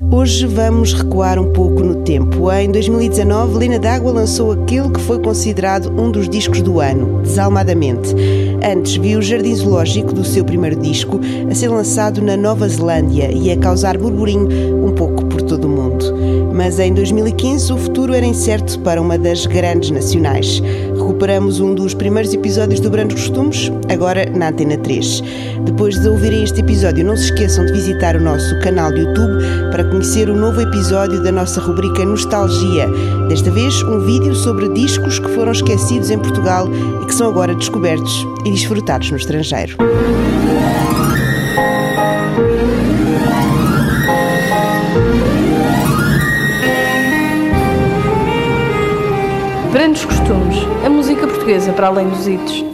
Hoje vamos recuar um pouco no tempo. Em 2019, Lena D'Água lançou aquele que foi considerado um dos discos do ano, Desalmadamente. Antes viu o Jardim Zoológico do seu primeiro disco a ser lançado na Nova Zelândia e a causar burburinho um pouco por todo o mundo. Mas em 2015 o futuro era incerto para uma das grandes nacionais. Recuperamos um dos primeiros episódios do Brandos Costumes, agora na Antena 3. Depois de ouvirem este episódio, não se esqueçam de visitar o nosso canal de YouTube para conhecer o novo episódio da nossa rubrica Nostalgia. Desta vez, um vídeo sobre discos que foram esquecidos em Portugal e que são agora descobertos e desfrutados no estrangeiro. Brandos Costumes, a música portuguesa para além dos hitos.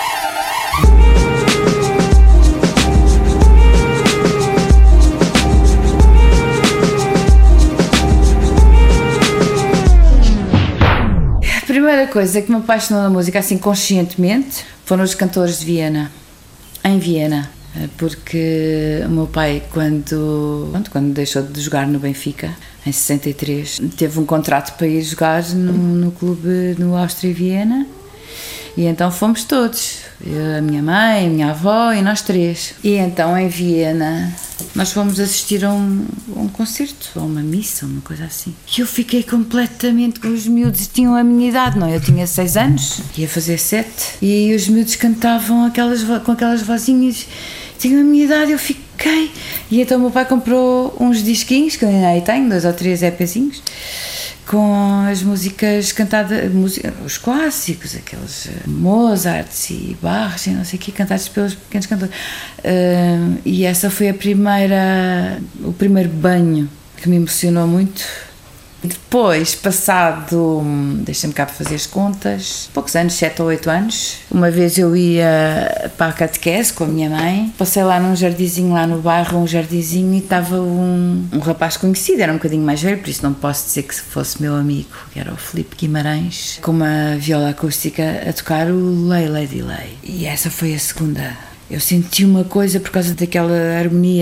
A primeira coisa que me apaixonou na música, assim conscientemente, foram os cantores de Viena, em Viena, porque o meu pai, quando deixou de jogar no Benfica, em 63, teve um contrato para ir jogar no clube no Áustria e Viena, e então fomos todos, a minha mãe, a minha avó e nós três. E então em Viena nós fomos assistir a um concerto, a uma missa, uma coisa assim. E eu fiquei completamente com os miúdos, tinham a minha idade, não? Eu tinha 6 anos, ia fazer 7, e os miúdos cantavam com aquelas vozinhas, tinham a minha idade, eu fiquei. E então o meu pai comprou uns disquinhos, que eu ainda aí tenho, 2 ou 3 EPzinhos, com as músicas cantadas, os clássicos, aqueles Mozart e Bach e não sei o que, cantados pelos pequenos cantores. E essa foi o primeiro banho que me emocionou muito. Depois, passado, deixa-me cá fazer as contas, poucos anos, 7 ou 8 anos, uma vez eu ia para a catequese com a minha mãe, passei lá num jardinzinho lá no bairro, e estava um rapaz conhecido, era um bocadinho mais velho, por isso não posso dizer que fosse meu amigo, que era o Filipe Guimarães, com uma viola acústica a tocar o Lay Lady Lay. E essa foi a segunda. Eu senti uma coisa por causa daquela harmonia,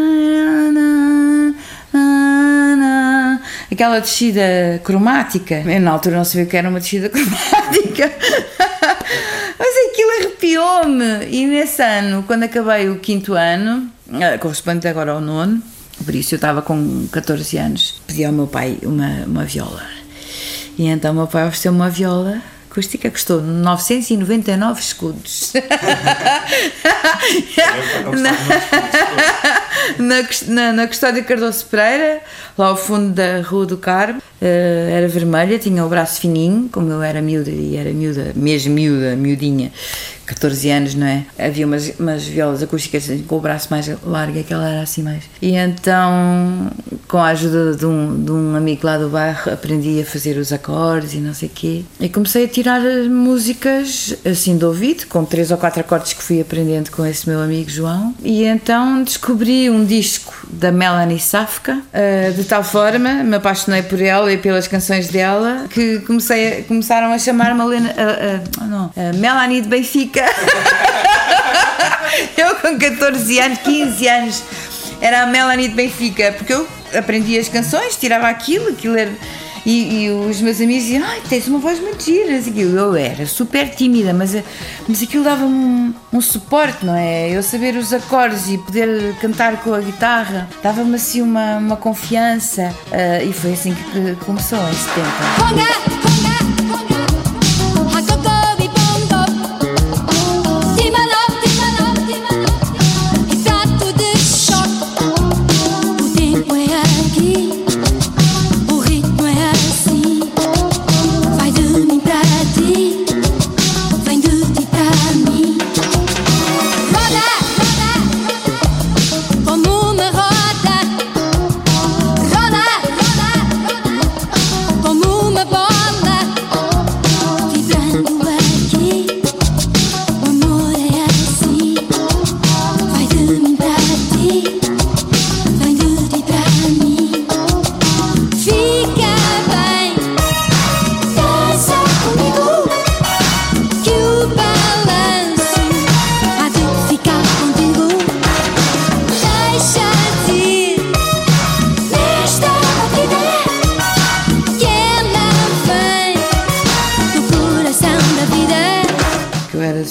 aquela descida cromática. Eu na altura não sabia o que era uma descida cromática, mas aquilo arrepiou-me. E nesse ano, quando acabei o 5º ano, correspondente agora ao 9º, por isso eu estava com 14 anos, pedi ao meu pai uma viola. E então o meu pai ofereceu-me uma viola acústica, custou 999 escudos. na Custódia Cardoso Pereira, lá ao fundo da Rua do Carmo. Era vermelha, tinha o braço fininho, como eu era miúda, e era miúda, mesmo miudinha, 14 anos, não é? Havia umas violas acústicas assim, com o braço mais largo, aquela era assim mais. E então, com a ajuda de um amigo lá do bairro, aprendi a fazer os acordes e não sei o quê. E comecei a tirar músicas assim de ouvido, com 3 ou 4 acordes que fui aprendendo com esse meu amigo João. E então descobri um disco da Melanie Safka, de tal forma, me apaixonei por ela e pelas canções dela, que começaram a chamar-me a Melanie de Benfica. Eu com 14 anos, 15 anos, era a Melanie de Benfica, porque eu aprendi as canções, tirava aquilo era... E os meus amigos diziam, tens uma voz muito gira. Eu era super tímida, mas aquilo dava-me um suporte, não é? Eu saber os acordes e poder cantar com a guitarra, dava-me assim uma confiança. E foi assim que começou, em 70. Como uma bola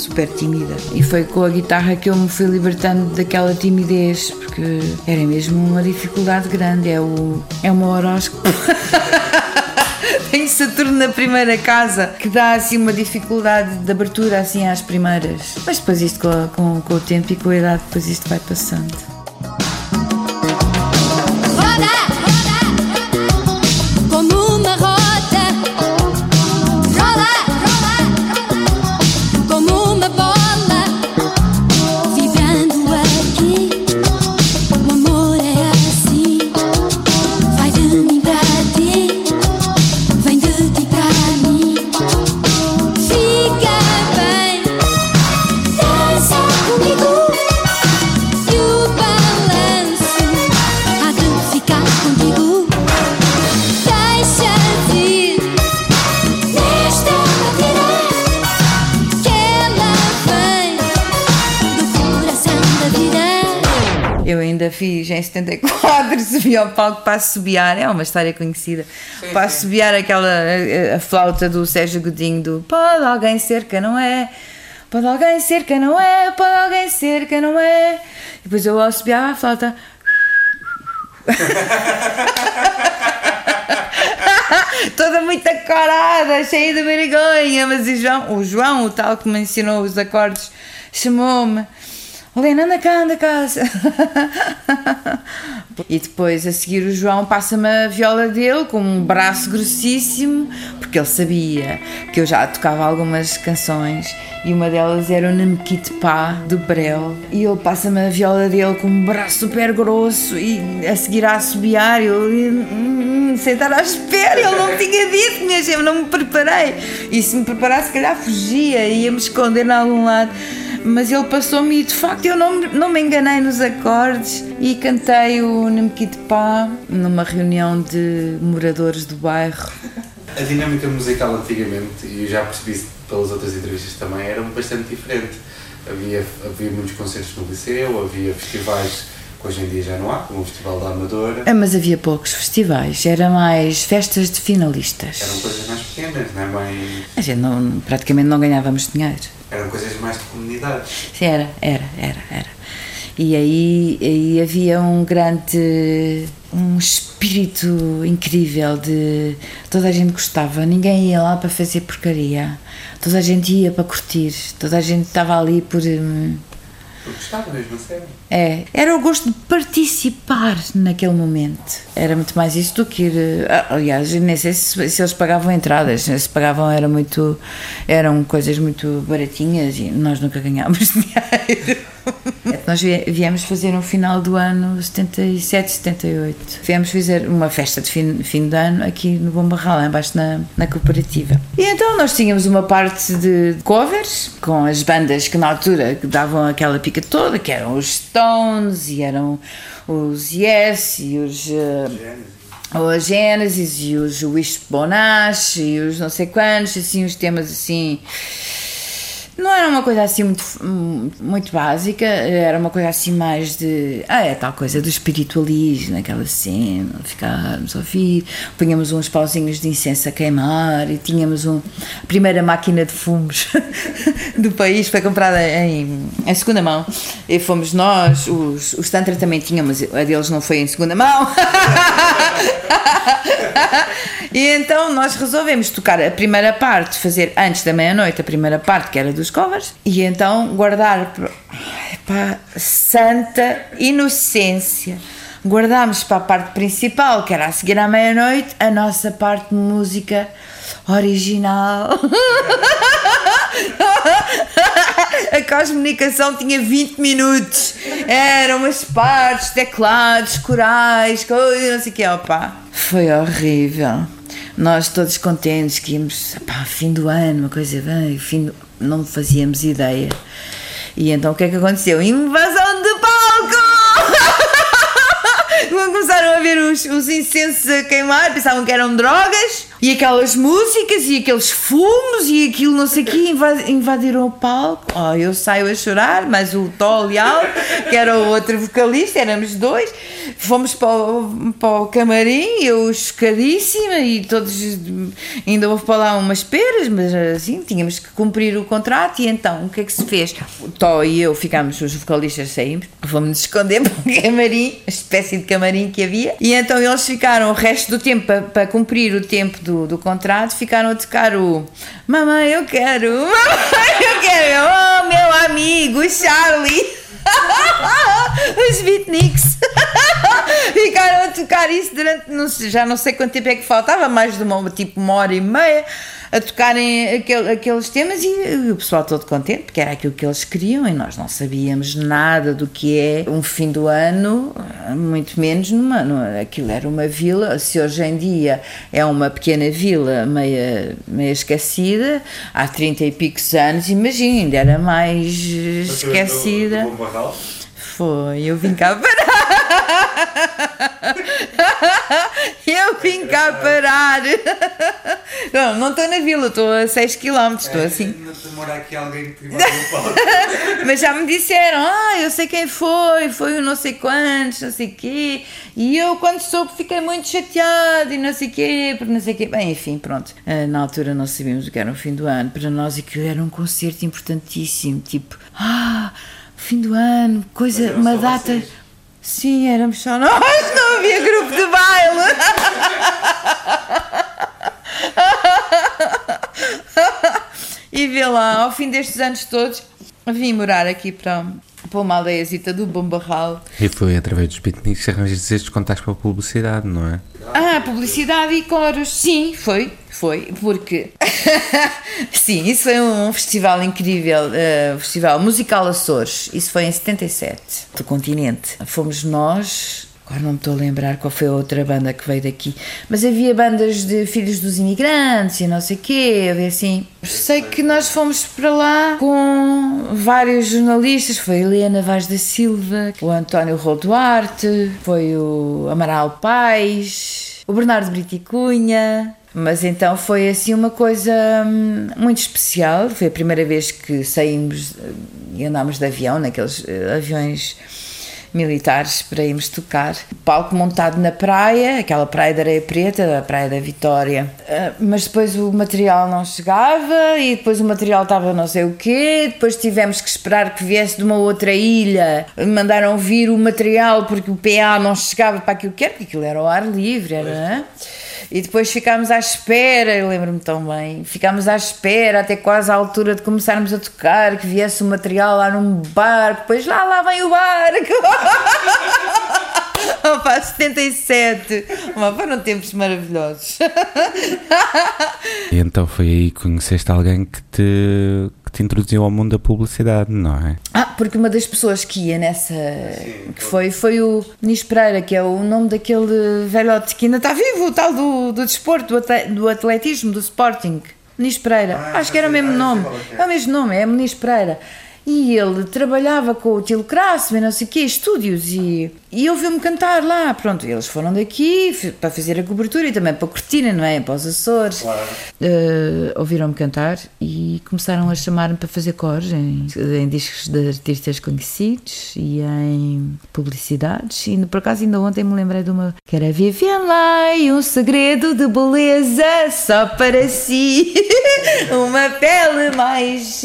super tímida. E foi com a guitarra que eu me fui libertando daquela timidez, porque era mesmo uma dificuldade grande, é o meu horóscopo. Tenho Saturno na primeira casa, que dá assim uma dificuldade de abertura assim às primeiras. Mas depois isto com o tempo e com a idade, depois isto vai passando. Eu ainda fiz em 74, subi ao palco para assobiar, é uma história conhecida, sim, para assobiar a flauta do Sérgio Godinho do pode alguém ser que não é, pode alguém ser que não é, pode alguém ser que não é. E depois eu assobiava a flauta. Toda muito acorada, cheia de vergonha, mas o João, o tal que me ensinou os acordes, chamou-me: Helena, anda cá. E depois, a seguir, o João passa-me a viola dele com um braço grossíssimo, porque ele sabia que eu já tocava algumas canções e uma delas era o Namquite Pá, do Brel. E ele passa-me a viola dele com um braço super grosso e a seguir a assobiar, eu sentar à espera, ele não me tinha dito, minha gente, não me preparei. E se me preparasse, se calhar fugia, ia-me esconder em algum lado. Mas ele passou-me e de facto eu não me enganei nos acordes e cantei o Namquite Pá numa reunião de moradores do bairro. A dinâmica musical antigamente, e eu já percebi isso pelas outras entrevistas também, era bastante diferente. Havia muitos concertos no liceu, havia festivais que hoje em dia já não há, como o Festival da Amadora. Mas havia poucos festivais, era mais festas de finalistas. Eram coisas mais pequenas, não é bem... A gente praticamente não ganhávamos dinheiro. Eram coisas mais de comunidade. Sim, era. E aí havia um espírito incrível de... Toda a gente gostava, ninguém ia lá para fazer porcaria. Toda a gente ia para curtir, toda a gente estava ali por... Eu gostava mesmo, sério. Era o gosto de participar naquele momento. Era muito mais isso do que ir... aliás, nem sei se eles pagavam entradas. Se pagavam eram coisas muito baratinhas e nós nunca ganhámos dinheiro. Nós viemos fazer no final do ano 77, 78. Viemos fazer uma festa de fim de ano aqui no Bom Barral, lá embaixo na cooperativa. E então nós tínhamos uma parte de covers, com as bandas que na altura davam aquela pica toda, que eram os Stones, e eram os Yes, e os Genesis, e os Wishbone-Ash, e os não sei quantos, assim, os temas assim... Não era uma coisa assim muito básica, era uma coisa assim mais de... tal coisa do espiritualismo, aquela cena, ficarmos a ouvir, punhamos uns pauzinhos de incenso a queimar e tínhamos a primeira máquina de fumos do país, foi comprada em segunda mão, e fomos nós, os Tantra também tinham, mas a deles não foi em segunda mão. E então nós resolvemos tocar a primeira parte, fazer antes da meia-noite a primeira parte, que era dos covers, e então guardar para santa inocência, guardámos para a parte principal, que era a seguir à meia-noite, a nossa parte de música original. A comunicação tinha 20 minutos, eram umas partes, teclados, corais, coisas, não sei o que, foi horrível. Nós todos contentes que íamos, fim do ano, uma coisa bem, não fazíamos ideia. E então o que é que aconteceu? Invasão de palco! Começaram a ver os incensos a queimar, pensavam que eram drogas. E aquelas músicas e aqueles fumos e aquilo não sei o quê invadiram o palco. Eu saio a chorar, mas o Tó Leal, que era o outro vocalista, éramos 2, fomos para o camarim, eu chocadíssima, e todos, ainda houve para lá umas peras, mas assim, tínhamos que cumprir o contrato. E então, o que é que se fez? O Tó e eu ficámos, os vocalistas saímos, fomos-nos esconder para o camarim, a espécie de camarim que havia, e então eles ficaram o resto do tempo, para cumprir o tempo do contrato, ficaram a tocar o Mamãe eu quero, oh meu amigo Charlie, os beatniks. Ficaram a tocar isso durante, já não sei quanto tempo é que faltava, mais de uma hora e meia, a tocarem aqueles temas, e o pessoal todo contente, porque era aquilo que eles queriam, e nós não sabíamos nada do que é um fim do ano, muito menos aquilo era uma vila. Se hoje em dia é uma pequena vila meia esquecida, há 30 e picos anos, imagina, ainda era mais esquecida. Do Bom Barral? Foi, eu vim cá parar. Não estou na vila, estou a 6 km, estou assim. Não demora aqui alguém que te vai no palco. Mas já me disseram, eu sei quem foi o não sei quantos, não sei quê. E eu, quando soube, fiquei muito chateada e não sei quê, porque não sei quê. Bem, enfim, pronto. Na altura não sabíamos o que era o fim do ano. Para nós aquilo era um concerto importantíssimo, tipo, fim do ano, coisa, uma data. Vocês. Sim, éramos só nós, não havia grupo de baile. E vê lá, ao fim destes anos todos, vim morar aqui para uma aldeiazita do Bom Barral. E foi através dos beatniks que arranjaste estes contactos para a publicidade, não é? Publicidade e coros, sim, foi, porque sim, isso foi um festival incrível, o Festival Musical Açores, isso foi em 77, do continente. Fomos nós, agora não me estou a lembrar qual foi a outra banda que veio daqui, mas havia bandas de filhos dos imigrantes e não sei o quê, assim. Sei que nós fomos para lá com vários jornalistas, foi a Helena Vaz da Silva, o António Rô Duarte, foi o Amaral Paes, o Bernardo Brito e Cunha. Mas então foi assim uma coisa muito especial. Foi a primeira vez que saímos e andámos de avião, naqueles aviões militares, para irmos tocar. Palco montado na praia, aquela praia de areia preta, a Praia da Vitória. Mas depois o material não chegava, e depois o material estava não sei o quê, depois tivemos que esperar que viesse de uma outra ilha, mandaram vir o material porque o PA não chegava para aquilo que era, porque aquilo era ao ar livre, era... E depois ficámos à espera, eu lembro-me tão bem, ficámos à espera até quase à altura de começarmos a tocar, que viesse o material lá num barco, depois lá vem o barco. Opa, 77, foram tempos maravilhosos. E então foi aí que conheceste alguém que te introduziu ao mundo da publicidade, não é? Porque uma das pessoas que ia nessa, que foi o Nis Pereira, que é o nome daquele velhote que ainda está vivo, o tal do desporto, do atletismo, do Sporting. Nis Pereira, acho que era o mesmo nome, é o mesmo nome, é Nis Pereira. E ele trabalhava com o Tilo Crasso e não sei o quê, estúdios, e ouviu-me cantar lá. Pronto, eles foram daqui para fazer a cobertura e também para curtirem, não é? Para os Açores. Claro. Ouviram-me cantar e começaram a chamar-me para fazer cores em discos de artistas conhecidos e em publicidades. E por acaso ainda ontem me lembrei de uma que era Viviane, um segredo de beleza só para si, uma pele mais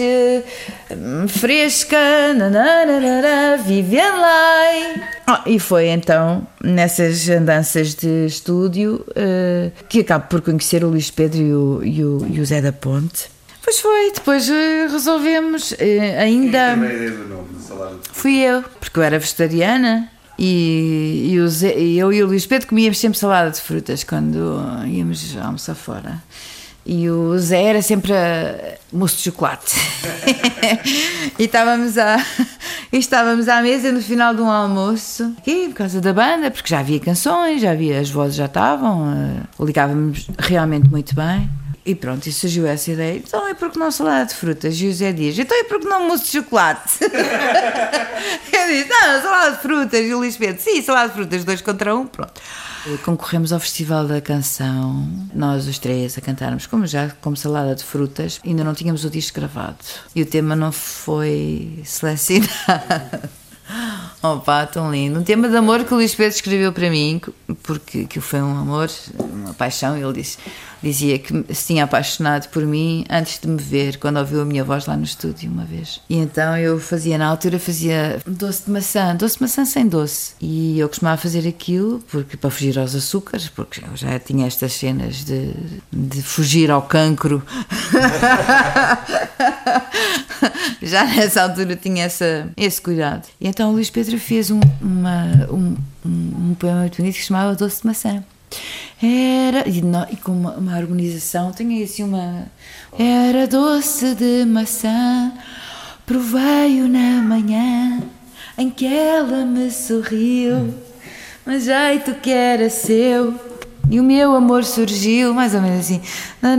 fresca, nananana, Viviane. E foi então nessas andanças de estúdio que acabo por conhecer o Luís Pedro e o Zé da Ponte. Pois foi, depois resolvemos ainda. Quem teve a ideia do nome do Salada de Frutas? Fui eu, porque eu era vegetariana e eu e o Luís Pedro comíamos sempre salada de frutas quando íamos almoçar fora. E o Zé era sempre mousse de chocolate. E estávamos à mesa no final de um almoço, aqui por causa da banda, porque já havia canções, as vozes já estavam, ligávamos realmente muito bem. E pronto, e surgiu essa ideia. Então é porque não salada de frutas? E o Zé diz, então é porque não mousse de chocolate? Eu disse, não, salada de frutas. E o Luís Pedro, sim, salada de frutas, 2 contra 1, pronto. Concorremos ao Festival da Canção, nós os três a cantarmos, como salada de frutas, ainda não tínhamos o disco gravado e o tema não foi selecionado. Opa, tão lindo. Um tema de amor que o Luís Pedro escreveu para mim, porque que foi um amor, uma paixão. Ele dizia que se tinha apaixonado por mim antes de me ver, quando ouviu a minha voz lá no estúdio uma vez. E então na altura fazia doce de maçã sem doce. E eu costumava fazer aquilo para fugir aos açúcares, porque eu já tinha estas cenas de fugir ao cancro. Já nessa altura tinha esse cuidado. E então o Luís Pedro fez um poema muito bonito que se chamava Doce de Maçã. E com uma harmonização, tinha assim Era doce de maçã, provei-o na manhã em que ela me sorriu, um jeito que era seu, e o meu amor surgiu, mais ou menos assim.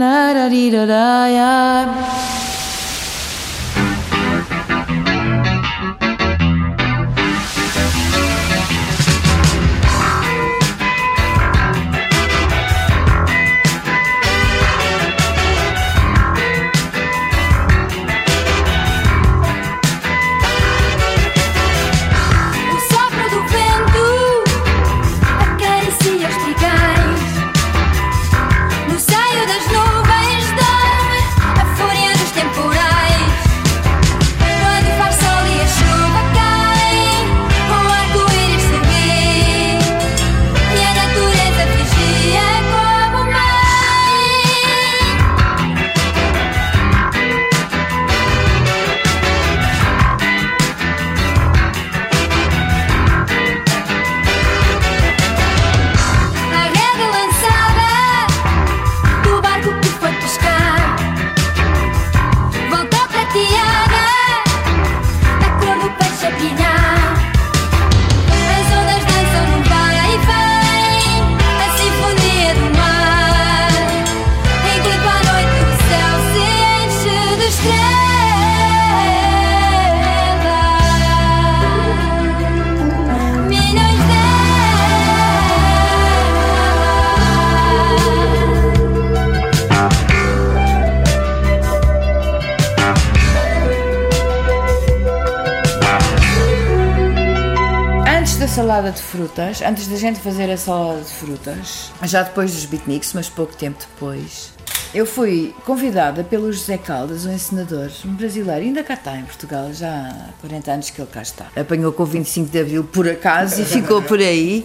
Salada de frutas, antes da gente fazer a salada de frutas, já depois dos beatniks, mas pouco tempo depois, eu fui convidada pelo José Caldas, um encenador, um brasileiro, ainda cá está em Portugal, já há 40 anos que ele cá está. Apanhou com o 25 de Abril por acaso e ficou por aí,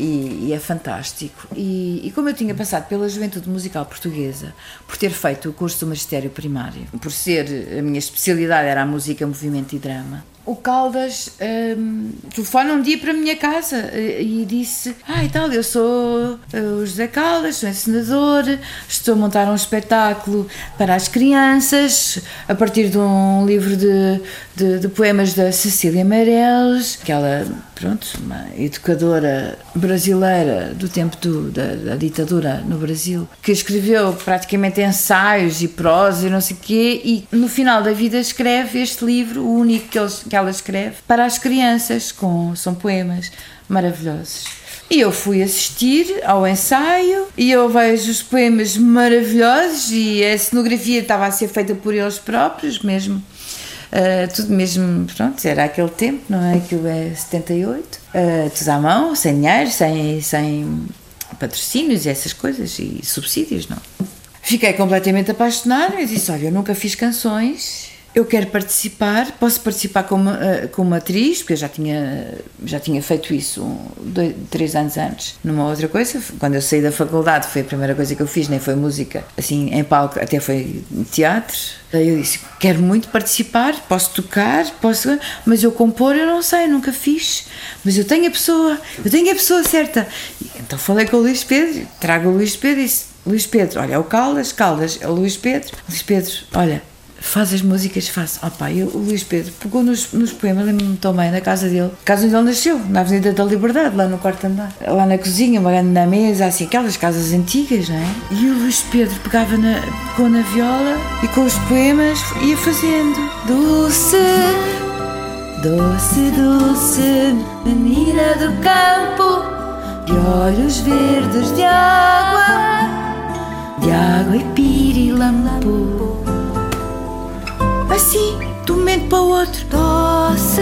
e é fantástico. E como eu tinha passado pela Juventude Musical Portuguesa, por ter feito o curso do Magistério Primário, por ser, a minha especialidade era a música, movimento e drama, o Caldas telefona um dia para a minha casa e disse: e tal, eu sou o José Caldas, sou encenador, estou a montar um espetáculo para as crianças a partir de um livro de poemas da Cecília Meirelles, aquela, uma educadora brasileira do tempo da ditadura no Brasil, que escreveu praticamente ensaios e prosa e não sei o quê, e no final da vida escreve este livro, o único que ela escreve, para as crianças, são poemas maravilhosos. E eu fui assistir ao ensaio e eu vejo os poemas maravilhosos e a cenografia estava a ser feita por eles próprios mesmo. Tudo mesmo, era aquele tempo, não é? Aquilo é 78, tudo à mão, sem dinheiro, sem patrocínios e essas coisas e subsídios, não. Fiquei completamente apaixonada e disse: olha, eu nunca fiz canções, eu quero participar, posso participar como atriz, porque eu já tinha feito isso 3 anos antes, numa outra coisa. Quando eu saí da faculdade foi a primeira coisa que eu fiz, nem foi música, assim, em palco, até foi teatro. Eu disse: quero muito participar, posso tocar, mas eu compor eu não sei, eu nunca fiz, mas eu tenho a pessoa certa. E então falei com o Luís Pedro, trago o Luís Pedro e disse: Luís Pedro, olha, é o Caldas, é o Luís Pedro, olha, faz as músicas, faz. E o Luís Pedro pegou nos poemas, lembro-me tão bem, na casa dele, casa onde ele nasceu, na Avenida da Liberdade, lá no 4º andar, lá na cozinha, uma grande mesa, assim, aquelas casas antigas, não é? E o Luís Pedro pegou na viola e com os poemas ia fazendo: doce, doce, doce, menina do campo, de olhos verdes de água e pirilampo. Assim, de um momento para o outro, doce,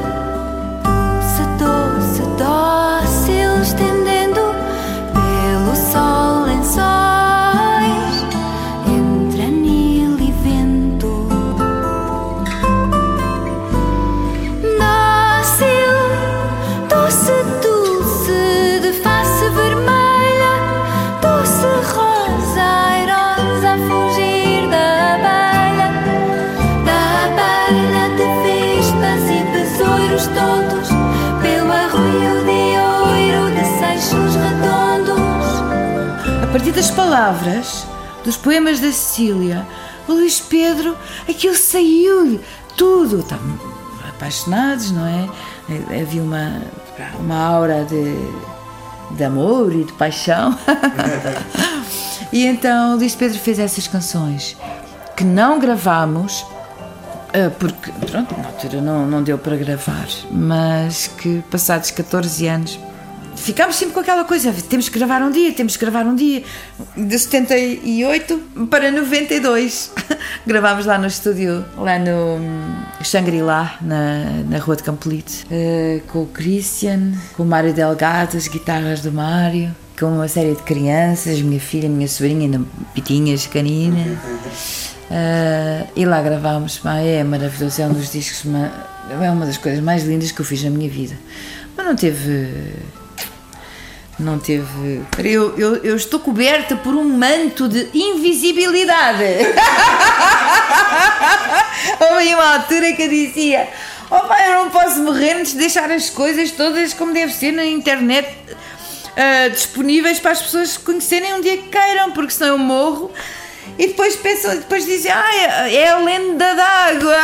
dócil, estendendo pelo sol lençóis, entre anil e vento. Dócil, doce, de face vermelha, doce rosa, airosa a fugir da abelha de vespas e besouros tontos, pelo arroio de ouro de seixos redondos. A partir das palavras dos poemas da Cecília, o Luís Pedro, aquilo saiu-lhe tudo. Estavam apaixonados, não é? Havia uma aura de amor e de paixão. E então o Luís Pedro fez essas canções que não gravámos, porque, pronto, na altura não deu para gravar, mas que passados 14 anos ficámos sempre com aquela coisa, temos que gravar um dia, de 78 para 92 gravámos lá no estúdio, lá no Shangri-La, na Rua de Campolite, com o Christian, com o Mário Delgado, as guitarras do Mário, com uma série de crianças, minha filha, minha sobrinha, ainda pitinhas, canina. E lá gravámos, é maravilhoso, é um dos discos, é uma das coisas mais lindas que eu fiz na minha vida, mas não teve. Eu estou coberta por um manto de invisibilidade. Houve uma altura que eu dizia: eu não posso morrer antes de deixar as coisas todas como deve ser na internet, disponíveis para as pessoas conhecerem um dia que queiram, porque senão eu morro. E depois dizem: é a lenda d'água.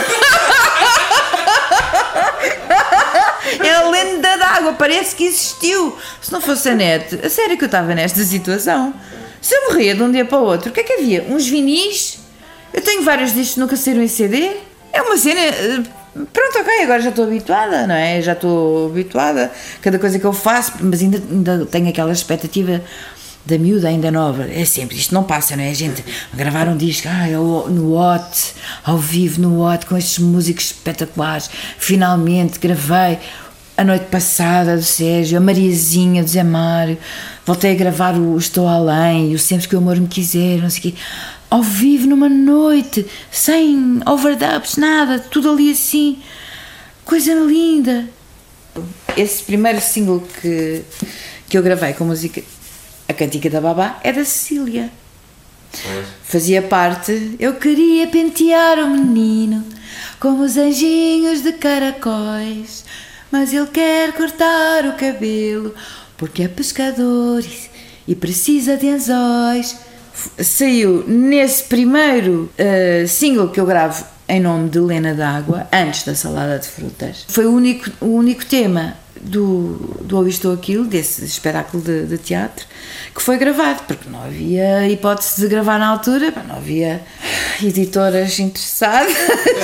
É a lenda d'água, parece que existiu. Se não fosse a net, a sério que eu estava nesta situação. Se eu morria de um dia para o outro, o que é que havia? Uns vinis? Eu tenho vários discos que nunca saíram em CD. É uma cena. Pronto, ok, agora já estou habituada, não é? Já estou habituada. Cada coisa que eu faço, mas ainda tenho aquela expectativa da miúda ainda nova. É sempre, isto não passa, não é? A gente gravar um disco, no OT, ao vivo no OT, com estes músicos espetaculares. Finalmente gravei a noite passada do Sérgio, a Mariazinha do Zé Mário, voltei a gravar o Estou Além e o Sempre que o Amor Me Quiser, não sei o quê, ao vivo numa noite, sem overdubs, nada, tudo ali assim, coisa linda. Esse primeiro single que eu gravei com a música A Cantiga da Babá é da Cecília. Fazia parte. Eu queria pentear o menino como os anjinhos de caracóis, mas ele quer cortar o cabelo porque é pescador e precisa de anzóis. Saiu nesse primeiro single que eu gravo em nome de Lena d'Água, antes da Salada de Frutas. Foi o único tema do Ou Estou Aquilo, desse espetáculo de teatro, que foi gravado, porque não havia hipótese de gravar na altura, não havia editoras interessadas.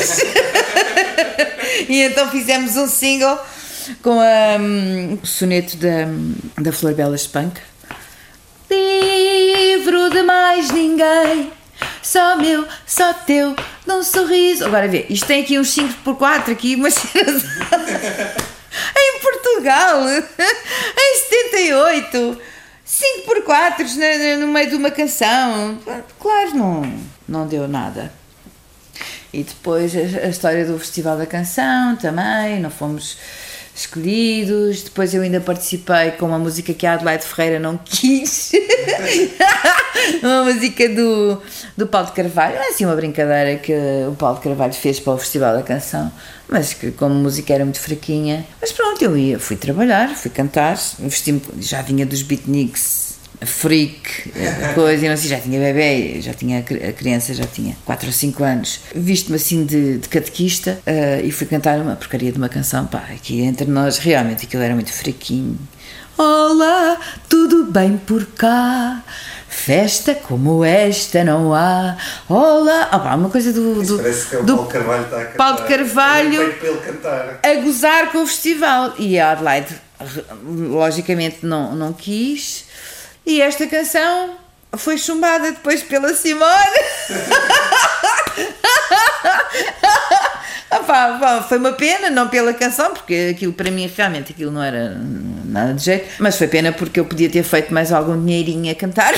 E então fizemos um single com o soneto da Flor Bela Espanca. Livro de mais ninguém, só meu, só teu, num sorriso. Agora vê, isto tem aqui uns 5x4, aqui umas cenas. Em Portugal, em 78, 5x4 no meio de uma canção. Claro, não deu nada. E depois a história do Festival da Canção também, não fomos escolhidos. Depois eu ainda participei com uma música que a Adelaide Ferreira não quis. Uma música do Paulo de Carvalho. É assim uma brincadeira que o Paulo de Carvalho fez para o Festival da Canção, mas que como música era muito fraquinha. Mas pronto, fui trabalhar, fui cantar, vesti-me, já vinha dos beatniks, freak, coisa, e não sei, já tinha bebê, a criança já tinha 4 ou 5 anos. Visto-me assim de catequista e fui cantar uma porcaria de uma canção, aqui entre nós, realmente aquilo era muito fraquinho. Olá, tudo bem por cá? Festa como esta não há. Olá, uma coisa parece que é o Paulo Carvalho está a cantar. Paulo de Carvalho para ele cantar, a gozar com o festival. E a Adelaide logicamente não quis, e esta canção foi chumbada depois pela Simone. Foi uma pena, não pela canção, porque aquilo para mim realmente aquilo não era nada de jeito, mas foi pena porque eu podia ter feito mais algum dinheirinho a cantar.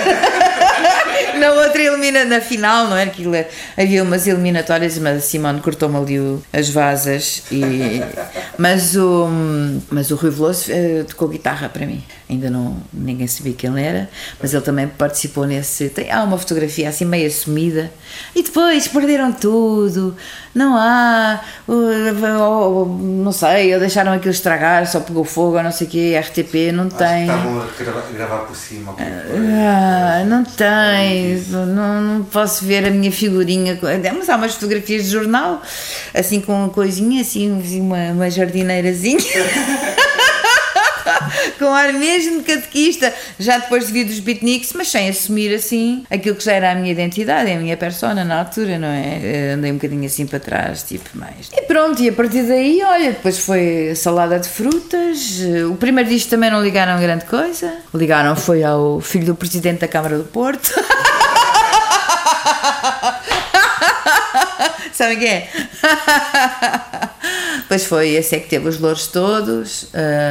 Na outra na final, não era? Aquilo havia umas eliminatórias, mas a Simone cortou-me ali as vasas. Mas o Rui Veloso tocou guitarra para mim. Ainda ninguém sabia quem ele era, mas ele também participou nesse. Há uma fotografia assim meio assumida. E depois perderam tudo. Não há. Não sei, deixaram aquilo estragar, só pegou fogo ou não sei o quê. RTP não tem. Estavam a gravar por cima. Não tem. Não posso ver a minha figurinha. Mas há umas fotografias de jornal, assim com uma coisinha, assim, uma jardineirazinha. Com ar mesmo de catequista, já depois de vir dos beatniks, mas sem assumir assim aquilo que já era a minha identidade, a minha persona na altura, não é? Andei um bocadinho assim para trás, tipo, mais. E pronto, e a partir daí, olha, depois foi salada de frutas. O primeiro disco também não ligaram grande coisa. Ligaram foi ao filho do presidente da Câmara do Porto. Sabem quem é? Pois foi, esse é que teve os louros todos.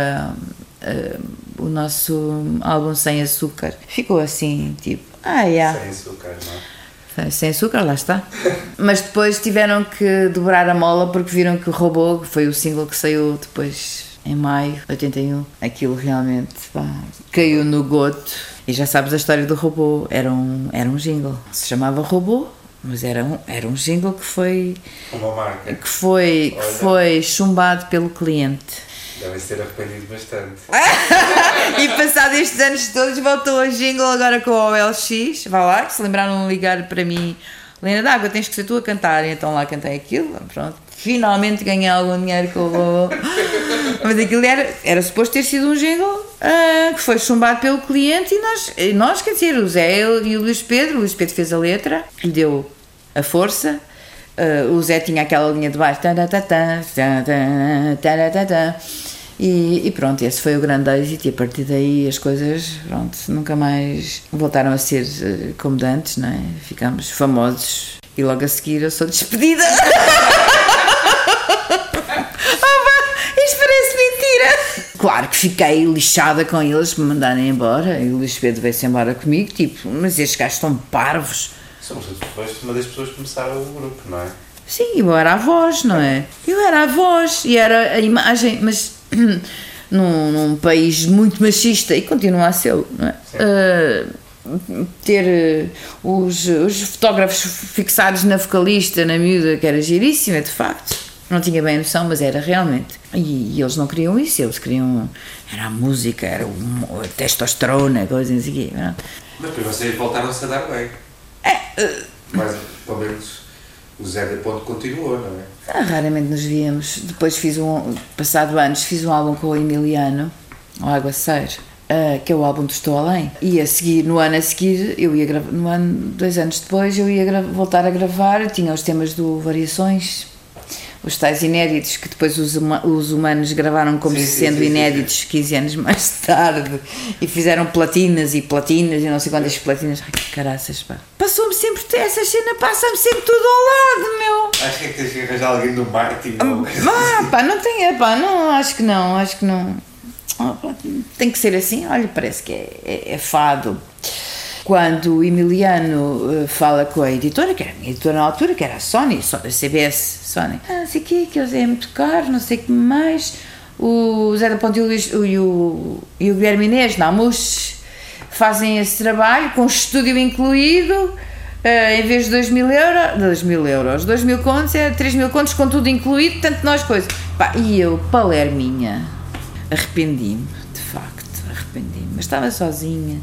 O nosso álbum Sem Açúcar ficou assim, tipo, Sem açúcar, não é? Sem açúcar, lá está. Mas depois tiveram que dobrar a mola porque viram que o Robô, que foi o single que saiu depois em maio de 81, aquilo realmente caiu no goto. E já sabes a história do Robô, era um jingle, se chamava Robô, mas era um jingle que foi uma marca que foi chumbado pelo cliente. Devem ser arrependido bastante. E passado estes anos todos voltou a jingle agora com o OLX. Vá lá, que se lembraram de ligar para mim: Lena D'Água, tens que ser tu a cantar. E então lá cantei aquilo, pronto. Finalmente ganhei algum dinheiro com o... Mas aquilo era suposto ter sido um jingle que foi chumbado pelo cliente, e nós, quer dizer, o Zé e o Luís Pedro fez a letra, lhe deu a força. O Zé tinha aquela linha de baixo, e pronto, esse foi o grande êxito, e a partir daí as coisas, pronto, nunca mais voltaram a ser como de antes, não é? Ficámos famosos e logo a seguir eu sou despedida. Isto parece mentira. Claro que fiquei lixada com eles me mandarem embora, e o Luís Pedro veio-se embora comigo, tipo, mas estes gajos estão parvos. Somos uma das pessoas que começaram o grupo, não é? Sim, eu era a voz, não é? Eu era a voz e era a imagem, mas num país muito machista, e continua a ser, não é? Ter os fotógrafos fixados na vocalista, na miúda, que era giríssima, de facto. Não tinha bem a noção, mas era realmente. E eles não queriam isso, eles queriam... Era a música, era a testosterona, coisas assim. Mas depois vocês voltaram-se a dar bem. Mas, pelo menos, o Zé da Ponte continuou, não é? Raramente nos víamos. Depois passado anos, fiz um álbum com o Emiliano, o Aguaceiro, que é o álbum do Estou Além. E no ano a seguir, eu ia gravar, 2 anos depois, eu ia voltar a gravar. Eu tinha os temas do Variações, os tais inéditos, que depois os humanos gravaram como sendo inéditos 15 anos mais tarde, e fizeram platinas e não sei quantas platinas. Ai, que caraças, pá. Passou-me sempre, essa cena passa-me sempre tudo ao lado, meu. Acho que tens que arranjar alguém do marketing. Não acho que não. Tem que ser assim, olha, parece que é fado. Quando o Emiliano fala com a editora, que era a minha editora na altura, que era a Sony, só da CBS, Sony, não sei o quê, que eles é muito caro, não sei o que mais, o Zé da Ponte e o Guilherme Inês, na Amush, fazem esse trabalho, com estúdio incluído, em vez de 2.000 euros, 2.000 contos, é 3.000 contos com tudo incluído, tanto nós coisas. E eu, Palerminha, arrependi-me, de facto, mas estava sozinha.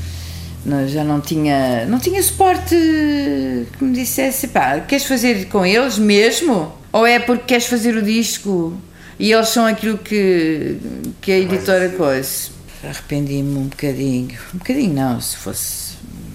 Já não tinha suporte que me dissesse, queres fazer com eles mesmo? Ou é porque queres fazer o disco e eles são aquilo que a editora coisa? Arrependi-me um bocadinho não, se fosse...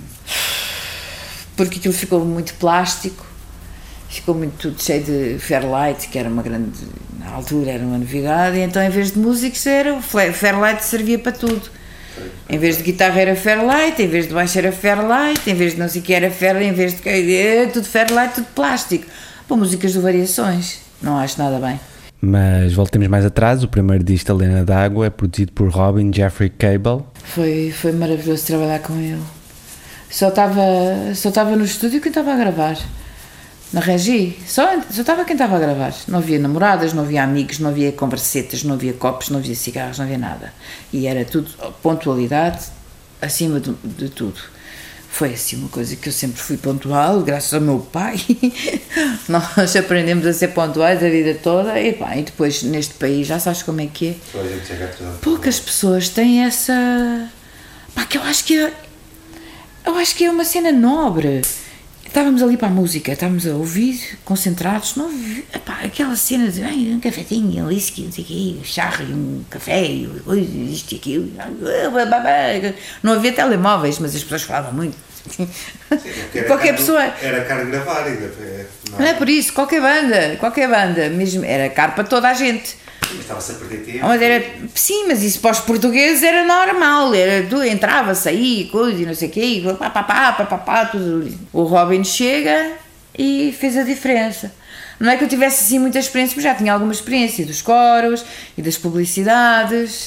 Porque aquilo ficou muito plástico, ficou muito tudo cheio de Fairlight, que era uma grande na altura era uma novidade, e então em vez de músicos era o Fairlight, servia para tudo. Em vez de guitarra era Fairlight, em vez de baixo era Fairlight, em vez de não sei o que era Fairlight, em vez de tudo Fairlight, tudo plástico. Pô, músicas de Variações, não acho nada bem. Mas voltemos mais atrás, o primeiro disco da Helena d'Água é produzido por Robin Jeffrey Cable. Foi maravilhoso trabalhar com ele. Só estava no estúdio quem estava a gravar. Na Regi, só estava quem estava a gravar. Não havia namoradas, não havia amigos, não havia conversetas, não havia copos, não havia cigarros, não havia nada. E era tudo pontualidade acima de tudo. Foi assim uma coisa que eu sempre fui pontual, graças ao meu pai. Nós aprendemos a ser pontuais a vida toda e depois neste país já sabes como é que é. Poucas pessoas têm essa... que eu acho que é uma cena nobre. Estávamos ali para a música, estávamos a ouvir, concentrados, não aquela cena de um cafezinho, um whisky, não sei o quê, um charro, um café, isto e aquilo. Não havia telemóveis, mas as pessoas falavam muito. Sim, qualquer pessoa. Era caro gravar ainda. Não é por isso, qualquer banda, mesmo, era caro para toda a gente. Mas estava-se a perder tempo. Sim, mas isso para os portugueses era normal, tu entrava, saía, coisa e não sei o quê, tudo. O Robin chega e fez a diferença. Não é que eu tivesse assim muita experiência, mas já tinha alguma experiência dos coros e das publicidades,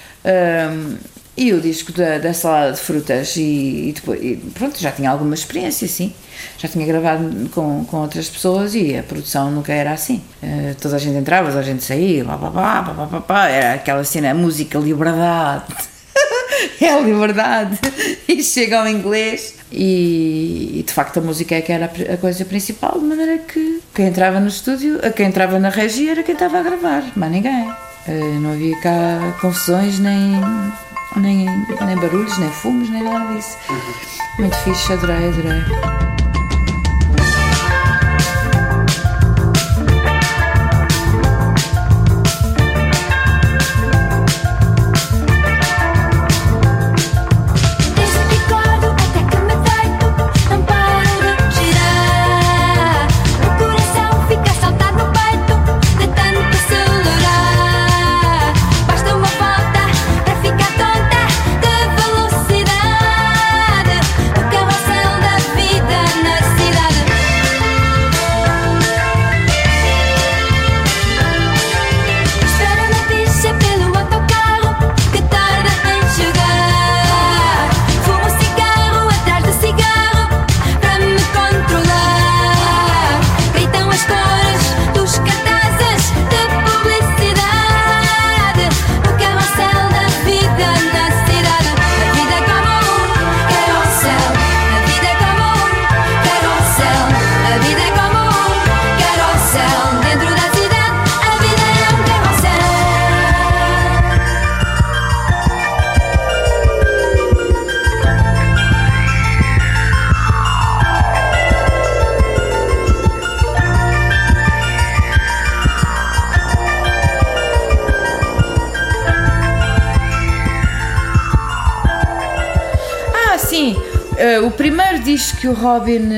e o disco da salada de frutas e depois, pronto, já tinha alguma experiência, sim. Já tinha gravado com outras pessoas e a produção nunca era assim. Toda a gente entrava, toda a gente saía, era aquela cena, a música, liberdade. É a liberdade. E chega ao inglês e de facto a música é que era a coisa principal, de maneira que quem entrava no estúdio, quem entrava na Regi era quem estava a gravar, mas ninguém. Não havia cá confusões, nem barulhos, nem fumos, nem nada disso. Muito fixe, adorei. O primeiro disco que o Robin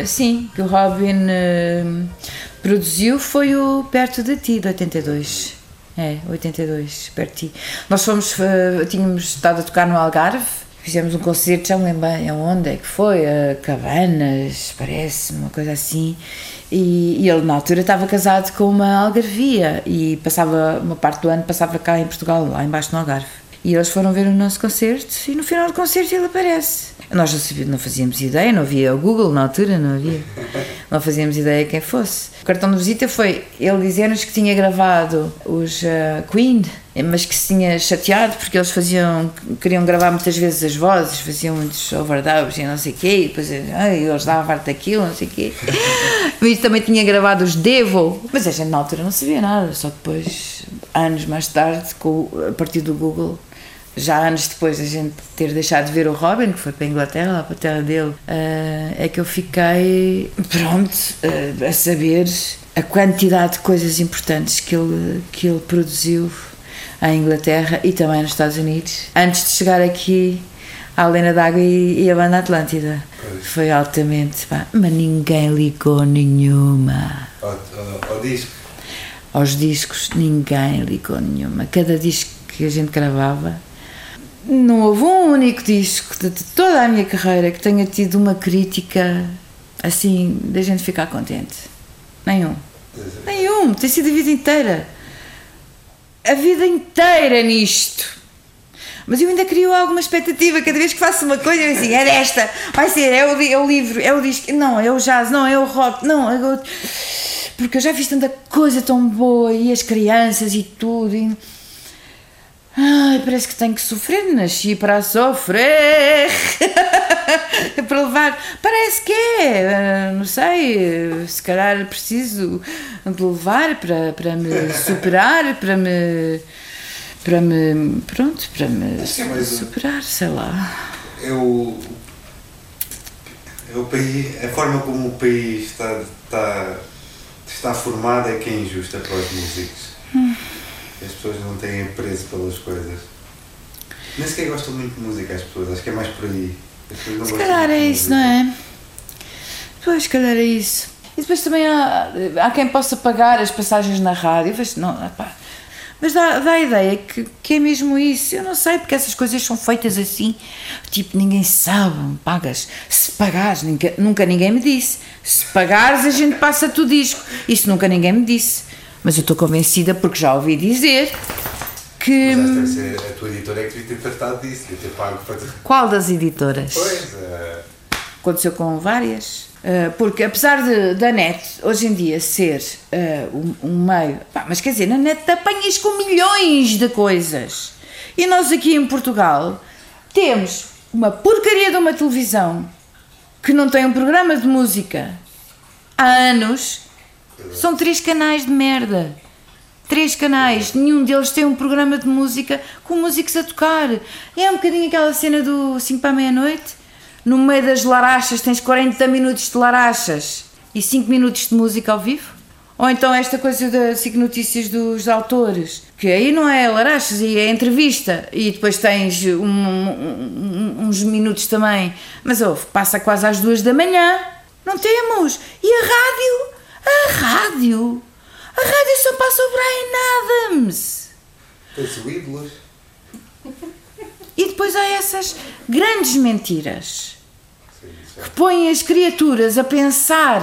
produziu foi o Perto de Ti, de 82. 82, Perto de Ti. Nós tínhamos estado a tocar no Algarve, fizemos um concerto, já me lembro bem onde é que foi, Cabanas, parece, uma coisa assim. E ele na altura estava casado com uma algarvia e passava uma parte do ano, passava cá em Portugal, lá embaixo no Algarve. E eles foram ver o nosso concerto e no final do concerto ele aparece. Nós não fazíamos ideia, não havia o Google na altura, não fazíamos ideia quem fosse. O cartão de visita foi ele dizer-nos que tinha gravado os Queen, mas que se tinha chateado porque eles queriam gravar muitas vezes as vozes, faziam muitos overdubs e não sei o quê, e depois eles davam parte daquilo, não sei o quê. Mas também tinha gravado os Devo, mas a gente na altura não sabia nada, só depois, anos mais tarde, a partir do Google, já anos depois da gente ter deixado de ver o Robin, que foi para a Inglaterra, lá para a terra dele, é que eu fiquei, a saber a quantidade de coisas importantes que ele produziu em Inglaterra e também nos Estados Unidos, antes de chegar aqui à Helena d'Água e a banda Atlântida. Foi altamente, mas ninguém ligou nenhuma. Ao disco? aos discos, ninguém ligou nenhuma. Cada disco que a gente gravava, não houve um único disco de toda a minha carreira que tenha tido uma crítica assim, da gente ficar contente. Nenhum. Tem sido a vida inteira. A vida inteira nisto. Mas eu ainda crio alguma expectativa, cada vez que faço uma coisa, eu assim, é desta, vai ser, é o livro, é o disco, não, é o jazz, não, é o rock, não, é o... Porque eu já fiz tanta coisa tão boa, e as crianças e tudo, e... Ai, parece que tenho que sofrer, nasci para sofrer, para levar, parece que é, não sei, se calhar preciso de levar para me superar, para me superar, sei lá. É o país, a forma como o país está formado é que é injusta para os músicos. As pessoas não têm apreço pelas coisas. Nem sequer gostam muito de música as pessoas, acho que é mais por aí. Se calhar é isso, não é? Pois, se calhar é isso. E depois também há quem possa pagar as passagens na rádio, mas dá a ideia que é mesmo isso. Eu não sei, porque essas coisas são feitas assim, tipo, ninguém sabe, pagas. Se pagares, nunca ninguém me disse. Se pagares, a gente passa-te o disco. Isso nunca ninguém me disse. Mas eu estou convencida, porque já ouvi dizer que... Mas deve ser a tua editora é que devia ter tratado disso, devia ter pago para... Qual das editoras? Pois, Aconteceu com várias. Porque apesar da net hoje em dia ser um meio... mas quer dizer, na net te apanhas com milhões de coisas. E nós aqui em Portugal temos uma porcaria de uma televisão que não tem um programa de música há anos. São 3 canais de merda. 3 canais, nenhum deles tem um programa de música com músicos a tocar. É um bocadinho aquela cena do 5 para a meia-noite. No meio das larachas tens 40 minutos de larachas e 5 minutos de música ao vivo. Ou então esta coisa das 5 notícias dos autores, que aí não é larachas, aí é entrevista. E depois tens uns minutos também. Mas passa quase às 2 da manhã. Não temos. E a rádio? A rádio só passa o Brian Adams. Tens o Ídolos. E depois há essas grandes mentiras que põem as criaturas a pensar,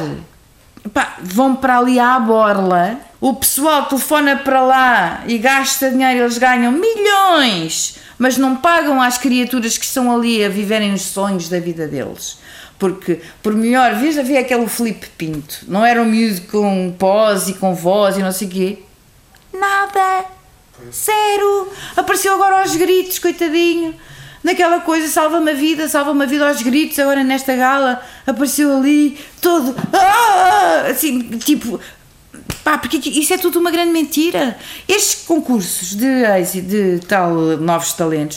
vão para ali à borla, o pessoal telefona para lá e gasta dinheiro, eles ganham milhões, mas não pagam às criaturas que estão ali a viverem os sonhos da vida deles. Porque, por melhor vez, havia aquele Filipe Pinto, não era um miúdo com pós e com voz e não sei o quê. Nada. Zero. Apareceu agora aos gritos, coitadinho. Naquela coisa, salva-me a vida aos gritos, agora nesta gala, apareceu ali, todo, assim, tipo, porque isso é tudo uma grande mentira. Estes concursos de êxito, de tal, novos talentos,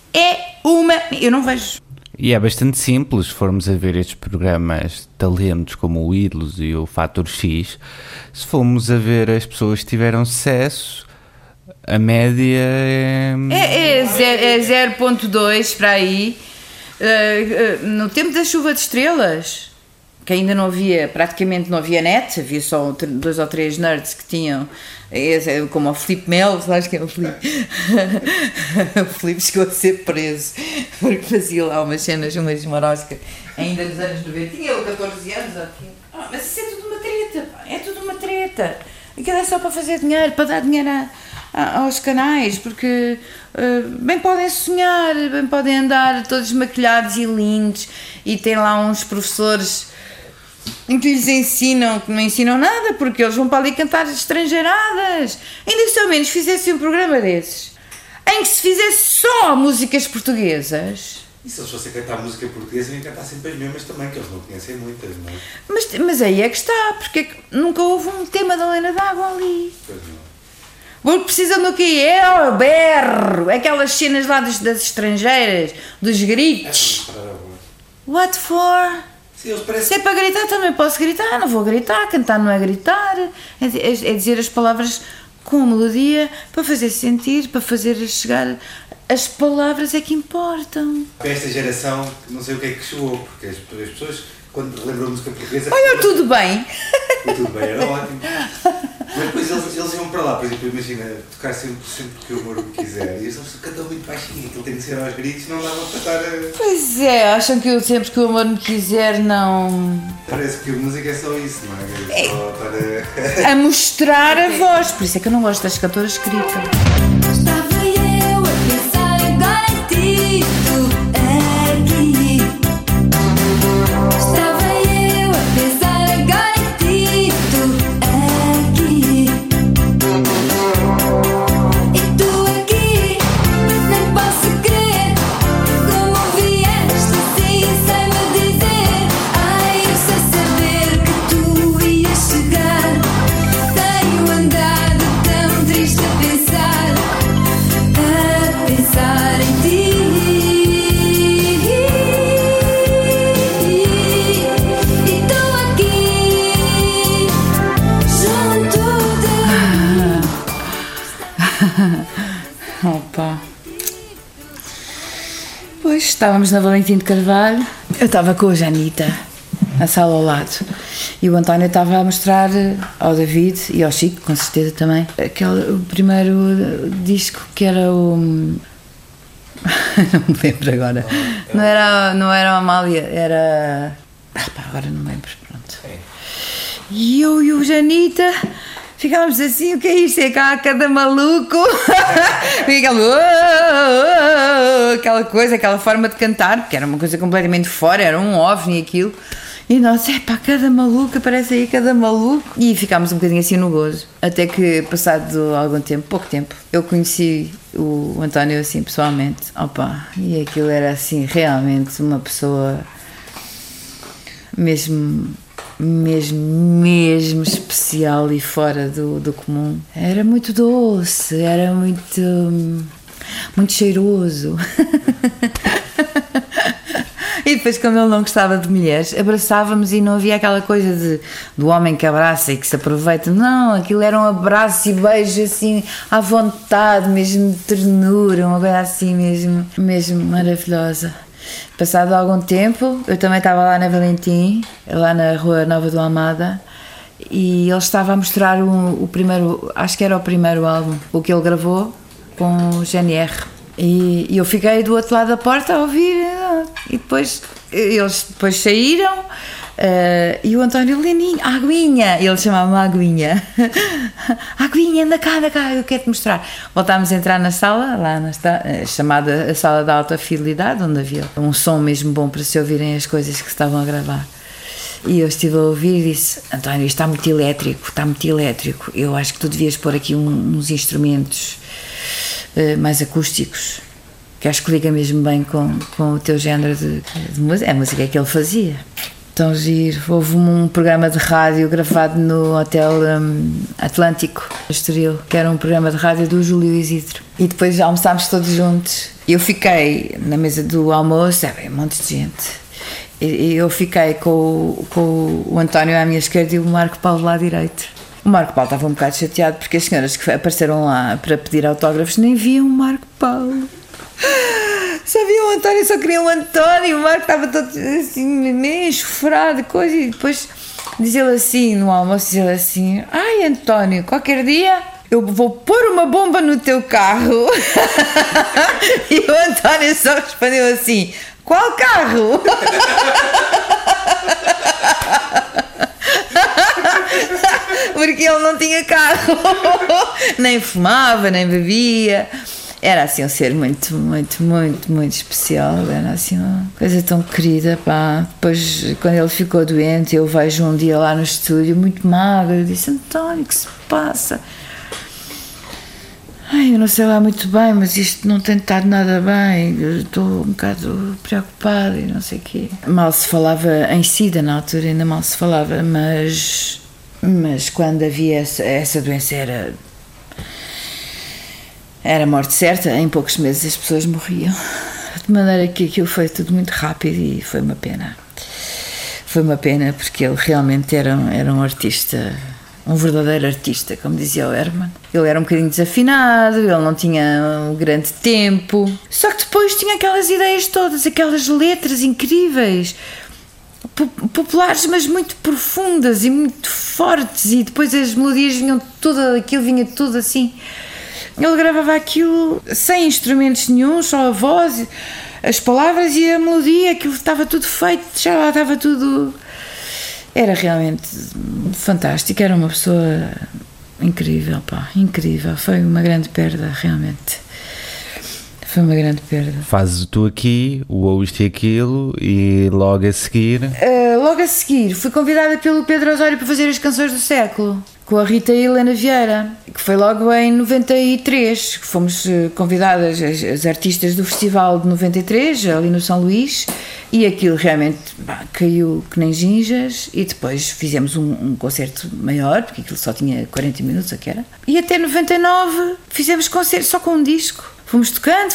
eu não vejo. E é bastante simples, se formos a ver estes programas de talentos como o Ídolos e o Fator X, se formos a ver as pessoas que tiveram sucesso, a média é 0.2 para aí. No tempo da chuva de estrelas, que ainda não havia, praticamente não havia net, havia só 2 ou 3 nerds que tinham, como o Filipe Melo, sabes que é o Filipe? O Filipe chegou a ser preso, porque fazia lá umas cenas, umas maroscas, ainda nos anos 90, tinha 14 anos, mas isso é tudo uma treta, é tudo uma treta. Aquilo é só para fazer dinheiro, para dar dinheiro aos canais, porque bem podem sonhar, bem podem andar todos maquilhados e lindos, e tem lá uns professores em que lhes ensinam, que não ensinam nada, porque eles vão para ali cantar estrangeiradas. Ainda se ao menos fizessem um programa desses, em que se fizesse só músicas portuguesas. E se eles fossem cantar música portuguesa, iam cantar sempre as mesmas também, que eles não conhecem muitas, não é? Mas aí é que está, porque nunca houve um tema da Helena d'Água ali. Pois não. Porque precisam do que é o berro, aquelas cenas lá das estrangeiras, dos gritos. What for? Sim, parecem... Se é para gritar, também posso gritar, não vou gritar, cantar não é gritar, é dizer as palavras com a melodia, para fazer sentir, para fazer chegar, as palavras é que importam. Para esta geração, não sei o que é que chegou, porque as pessoas, quando relembram a música portuguesa... Olha, tudo bem. Tudo bem, era ótimo. Mas depois eles iam para lá, por exemplo, imagina, tocar sempre que o amor me quiser. E eles cantam muito baixinho, aquilo tem que ser aos gritos, não dava para estar a... Pois é, acham que eu sempre que o amor me quiser não... Parece que a música é só isso, não é? É só estar a mostrar a voz, por isso é que eu não gosto das cantoras que gritam. Estava eu a pensar agora em ti, tu aqui. Estava eu a pensar agora em ti, tu aqui. E tu aqui, nem posso crer como vieste assim sem me dizer. Ai, eu sei saber que tu ias chegar. Tenho andado tão triste a pensar em ti. E tu aqui, junto de mim. Opa. Pois, estávamos na Valentim de Carvalho, eu estava com a Janita, na sala ao lado, e o António estava a mostrar ao David e ao Chico, com certeza também, o primeiro disco que era o... não me lembro agora. Não era a Amália, era... agora não me lembro, pronto. E eu e o Janita ficávamos assim, o que é isto? É cá cada maluco. E aquela coisa, aquela forma de cantar, porque era uma coisa completamente fora, era um ovni aquilo. E nós, cada maluca, parece aí cada maluco. E ficámos um bocadinho assim no gozo. Até que, passado algum tempo, pouco tempo, eu conheci o António assim pessoalmente. Opa, e aquilo era assim, realmente uma pessoa mesmo especial e fora do comum. Era muito doce, era muito cheiroso. E depois, como ele não gostava de mulheres, abraçávamos e não havia aquela coisa do homem que abraça e que se aproveita. Não, aquilo era um abraço e beijo assim à vontade, mesmo de ternura, uma coisa assim mesmo maravilhosa. Passado algum tempo, eu também estava lá na Valentim, lá na Rua Nova do Almada, e ele estava a mostrar o primeiro, acho que era o primeiro álbum, o que ele gravou com o GNR. E eu fiquei do outro lado da porta a ouvir, e depois eles saíram, e o António, Leninho, Aguinha, ele chamava-me Aguinha. Aguinha, anda cá, eu quero-te mostrar. Voltámos a entrar na sala, lá chamada a Sala da Alta Fidelidade, onde havia um som mesmo bom para se ouvirem as coisas que se estavam a gravar. E eu estive a ouvir e disse: António, isto está muito elétrico, eu acho que tu devias pôr aqui uns instrumentos mais acústicos, que acho que liga mesmo bem com o teu género de música, é a música que ele fazia. Então giro, houve um programa de rádio gravado no Hotel Atlântico, Estoril, que era um programa de rádio do Júlio Isidro, e depois almoçámos todos juntos. Eu fiquei na mesa do almoço, um monte de gente, e eu fiquei com o António à minha esquerda e o Marco Paulo lá à direita. O Marco Paulo estava um bocado chateado porque as senhoras que apareceram lá para pedir autógrafos nem viam o Marco Paulo. Só viam o António, só queriam o António. O Marco estava todo assim, meio enxofrado, coisa. E depois diz ele assim, no almoço, diz ele assim: ai, António, qualquer dia eu vou pôr uma bomba no teu carro. E o António só respondeu assim: qual carro? Porque ele não tinha carro, nem fumava, nem bebia. Era assim um ser muito especial. Era assim uma coisa tão querida, pá. Depois, quando ele ficou doente, eu vejo um dia lá no estúdio, muito magro. Eu disse: António, o que se passa? Ai, eu não sei lá muito bem, mas isto não tem estado nada bem. Eu estou um bocado preocupada e não sei o quê. Mal se falava em SIDA na altura, ainda mal se falava, mas quando havia essa doença era morte certa. Em poucos meses as pessoas morriam, de maneira que aquilo foi tudo muito rápido e foi uma pena porque ele realmente era um artista, um verdadeiro artista, como dizia o Herman. Ele era um bocadinho desafinado, ele não tinha um grande tempo, só que depois tinha aquelas ideias todas, aquelas letras incríveis. populares, mas muito profundas e muito fortes, e depois as melodias vinham aquilo vinha tudo assim. Ele gravava aquilo sem instrumentos nenhum, só a voz, as palavras e a melodia, aquilo estava tudo feito, já lá estava tudo. Era realmente fantástico, era uma pessoa incrível, pá, incrível. Foi uma grande perda, realmente. Foi uma grande perda. Fazes tu aqui, o Isto e Aquilo, e logo a seguir... Logo a seguir, fui convidada pelo Pedro Osório para fazer as canções do século, com a Rita e Helena Vieira, que foi logo em 93, que fomos convidadas, as artistas do festival de 93, ali no São Luís, e aquilo realmente caiu que nem ginjas, e depois fizemos um concerto maior, porque aquilo só tinha 40 minutos, o que era, e até 99 fizemos concerto só com um disco. Fomos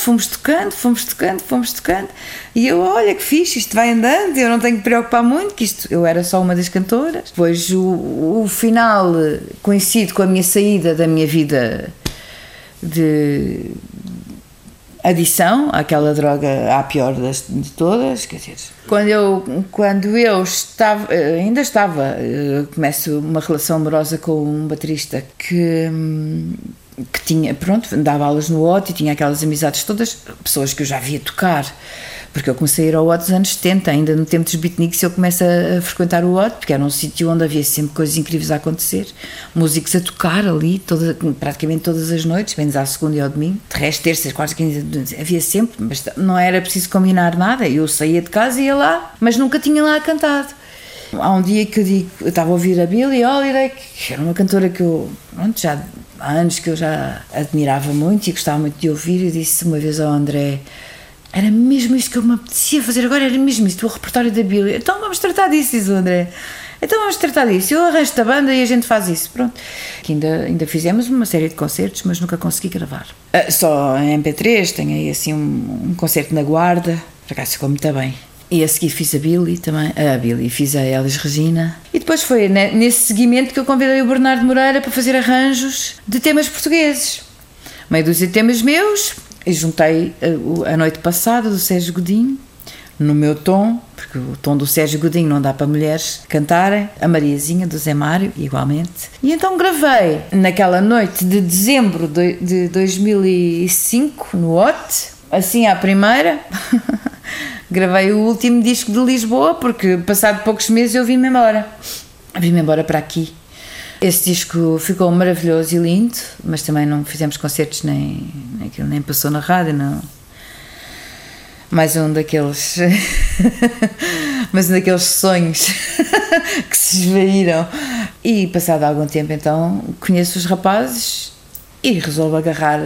tocando, e eu, olha que fixe, isto vai andando, eu não tenho que preocupar muito, que isto, eu era só uma das cantoras. Depois o final coincide com a minha saída da minha vida de adição, àquela droga, à pior de todas, quer dizer, quando eu estava, ainda estava, começo uma relação amorosa com um baterista que tinha, pronto, dava aulas no OT e tinha aquelas amizades todas, pessoas que eu já via tocar, porque eu comecei a ir ao OT nos anos 70, ainda no tempo dos beatniks eu começo a frequentar o OT, porque era um sítio onde havia sempre coisas incríveis a acontecer, músicos a tocar ali, praticamente todas as noites, menos à segunda e ao domingo, de resto, terças, quartas, quintas, havia sempre, mas não era preciso combinar nada, eu saía de casa e ia lá, mas nunca tinha lá cantado. Há um dia que eu estava a ouvir a Billie Holiday, que era uma cantora que eu, pronto, já há anos que eu já admirava muito e gostava muito de ouvir, e disse uma vez ao André, era mesmo isto que eu me apetecia fazer agora, era mesmo isto, o repertório da Billie, então vamos tratar disso, diz o André, então vamos tratar disso, eu arranjo-te a banda e a gente faz isso, pronto. Que ainda fizemos uma série de concertos, mas nunca consegui gravar. Só em MP3, tenho aí assim um concerto na Guarda, por acaso ficou muito bem. E a seguir fiz a Billie também, fiz a Elis Regina. E depois foi nesse seguimento que eu convidei o Bernardo Moreira para fazer arranjos de temas portugueses. Meio dúzia de temas meus, e juntei a noite passada do Sérgio Godinho, no meu tom, porque o tom do Sérgio Godinho não dá para mulheres cantarem, a Mariazinha do Zé Mário, igualmente. E então gravei naquela noite de dezembro de 2005, no OT, assim à primeira... Gravei o último disco de Lisboa, porque passado poucos meses eu vim-me embora. Vim-me embora para aqui. Esse disco ficou maravilhoso e lindo, mas também não fizemos concertos, nem passou na rádio, não. Mais um daqueles... mais um daqueles sonhos que se esvaíram. E passado algum tempo, então, conheço os rapazes e resolvo agarrar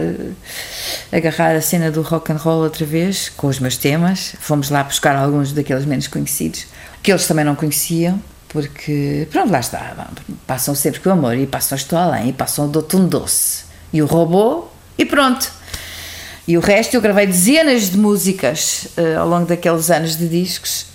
a cena do rock and roll outra vez, com os meus temas. Fomos lá buscar alguns daqueles menos conhecidos, que eles também não conheciam, porque, pronto, lá está, passam sempre com o amor, e passam Estou Além, e passam o Dou-te um Doce, e o Robô, e pronto. E o resto, eu gravei dezenas de músicas ao longo daqueles anos de discos,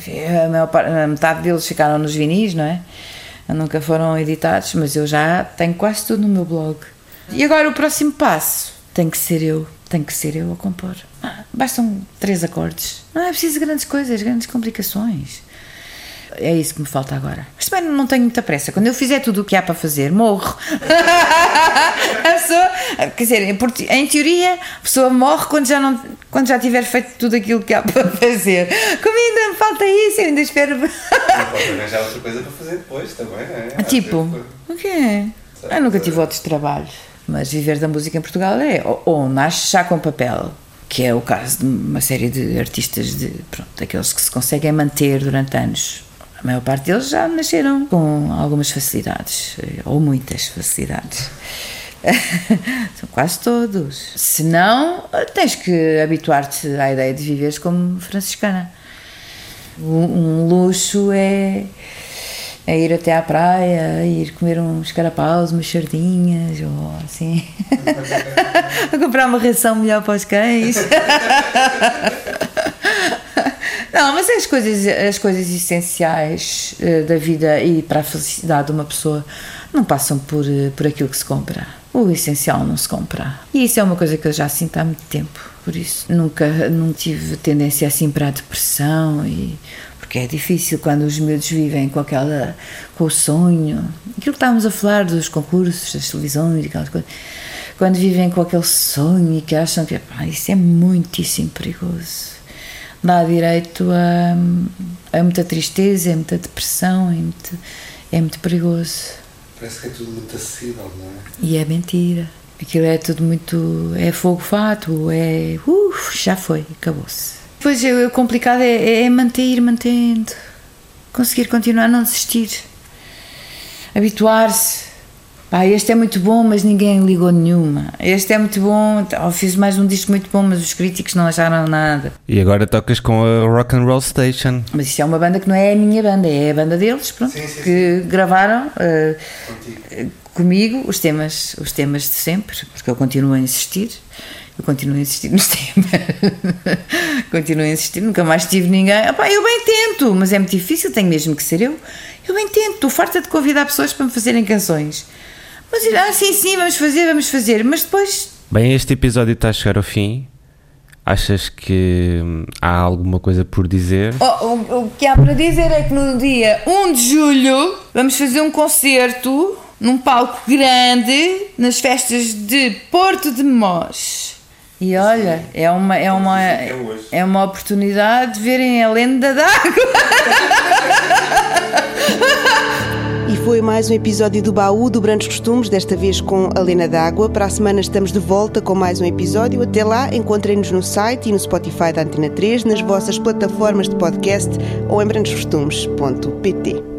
a metade deles ficaram nos vinis, não é? Nunca foram editados, mas eu já tenho quase tudo no meu blog. E agora o próximo passo tem que ser eu a compor. Bastam 3 acordes, não é preciso grandes coisas, grandes complicações. É isso que me falta agora. Mas também não tenho muita pressa. Quando eu fizer tudo o que há para fazer, morro. Quer dizer, em teoria, a pessoa morre quando já tiver feito tudo aquilo que há para fazer. Como ainda me falta isso, eu ainda espero. Pode arranjar outra coisa para fazer depois também, não é? Tipo, o quê? Eu nunca tive outros trabalhos. Mas viver da música em Portugal é ou nasce já com papel, que é o caso de uma série de artistas, daqueles que se conseguem manter durante anos. A maior parte deles já nasceram com algumas facilidades, ou muitas facilidades. São quase todos. Se não, tens que habituar-te à ideia de viveres como franciscana. Um luxo é ir até à praia, ir comer uns carapaus, umas sardinhas, ou assim, a comprar uma ração melhor para os cães. Não, mas as coisas essenciais da vida e para a felicidade de uma pessoa não passam por aquilo que se compra. O essencial não se compra. E isso é uma coisa que eu já sinto há muito tempo. Por isso, nunca tive tendência assim para a depressão, porque porque é difícil quando os miúdos vivem com o sonho, aquilo que estávamos a falar dos concursos, das televisões e aquelas coisas, quando vivem com aquele sonho e que acham que isso é muitíssimo perigoso. Dá direito a muita tristeza, a muita depressão, é muito perigoso. Parece que é tudo muito acessível, não é? E é mentira. Aquilo é tudo muito... é fogo-fato, já foi, acabou-se. Depois o complicado é ir mantendo. Conseguir continuar a não desistir. Habituar-se. Este é muito bom, mas ninguém ligou nenhuma. Este é muito bom, fiz mais um disco muito bom, mas os críticos não acharam nada. E agora tocas com a Rock and Roll Station. Mas isto é uma banda que não é a minha banda, é a banda deles, pronto, que gravaram comigo os temas de sempre, porque eu continuo a insistir nos temas. Continuo a insistir, nunca mais tive ninguém. Eu bem tento, mas é muito difícil, tenho mesmo que ser eu. Eu bem tento, estou farta de convidar pessoas para me fazerem canções. Mas sim, vamos fazer, mas depois... Bem, este episódio está a chegar ao fim. Achas que há alguma coisa por dizer? O que há para dizer é que no dia 1 de julho vamos fazer um concerto num palco grande nas festas de Porto de Mós. E olha, é uma oportunidade de verem a lenda d'água. E foi mais um episódio do Baú do Brandos Costumes, desta vez com a Lena d'Água. Para a semana estamos de volta com mais um episódio. Até lá, encontrem-nos no site e no Spotify da Antena 3, nas vossas plataformas de podcast ou em brandoscostumes.pt.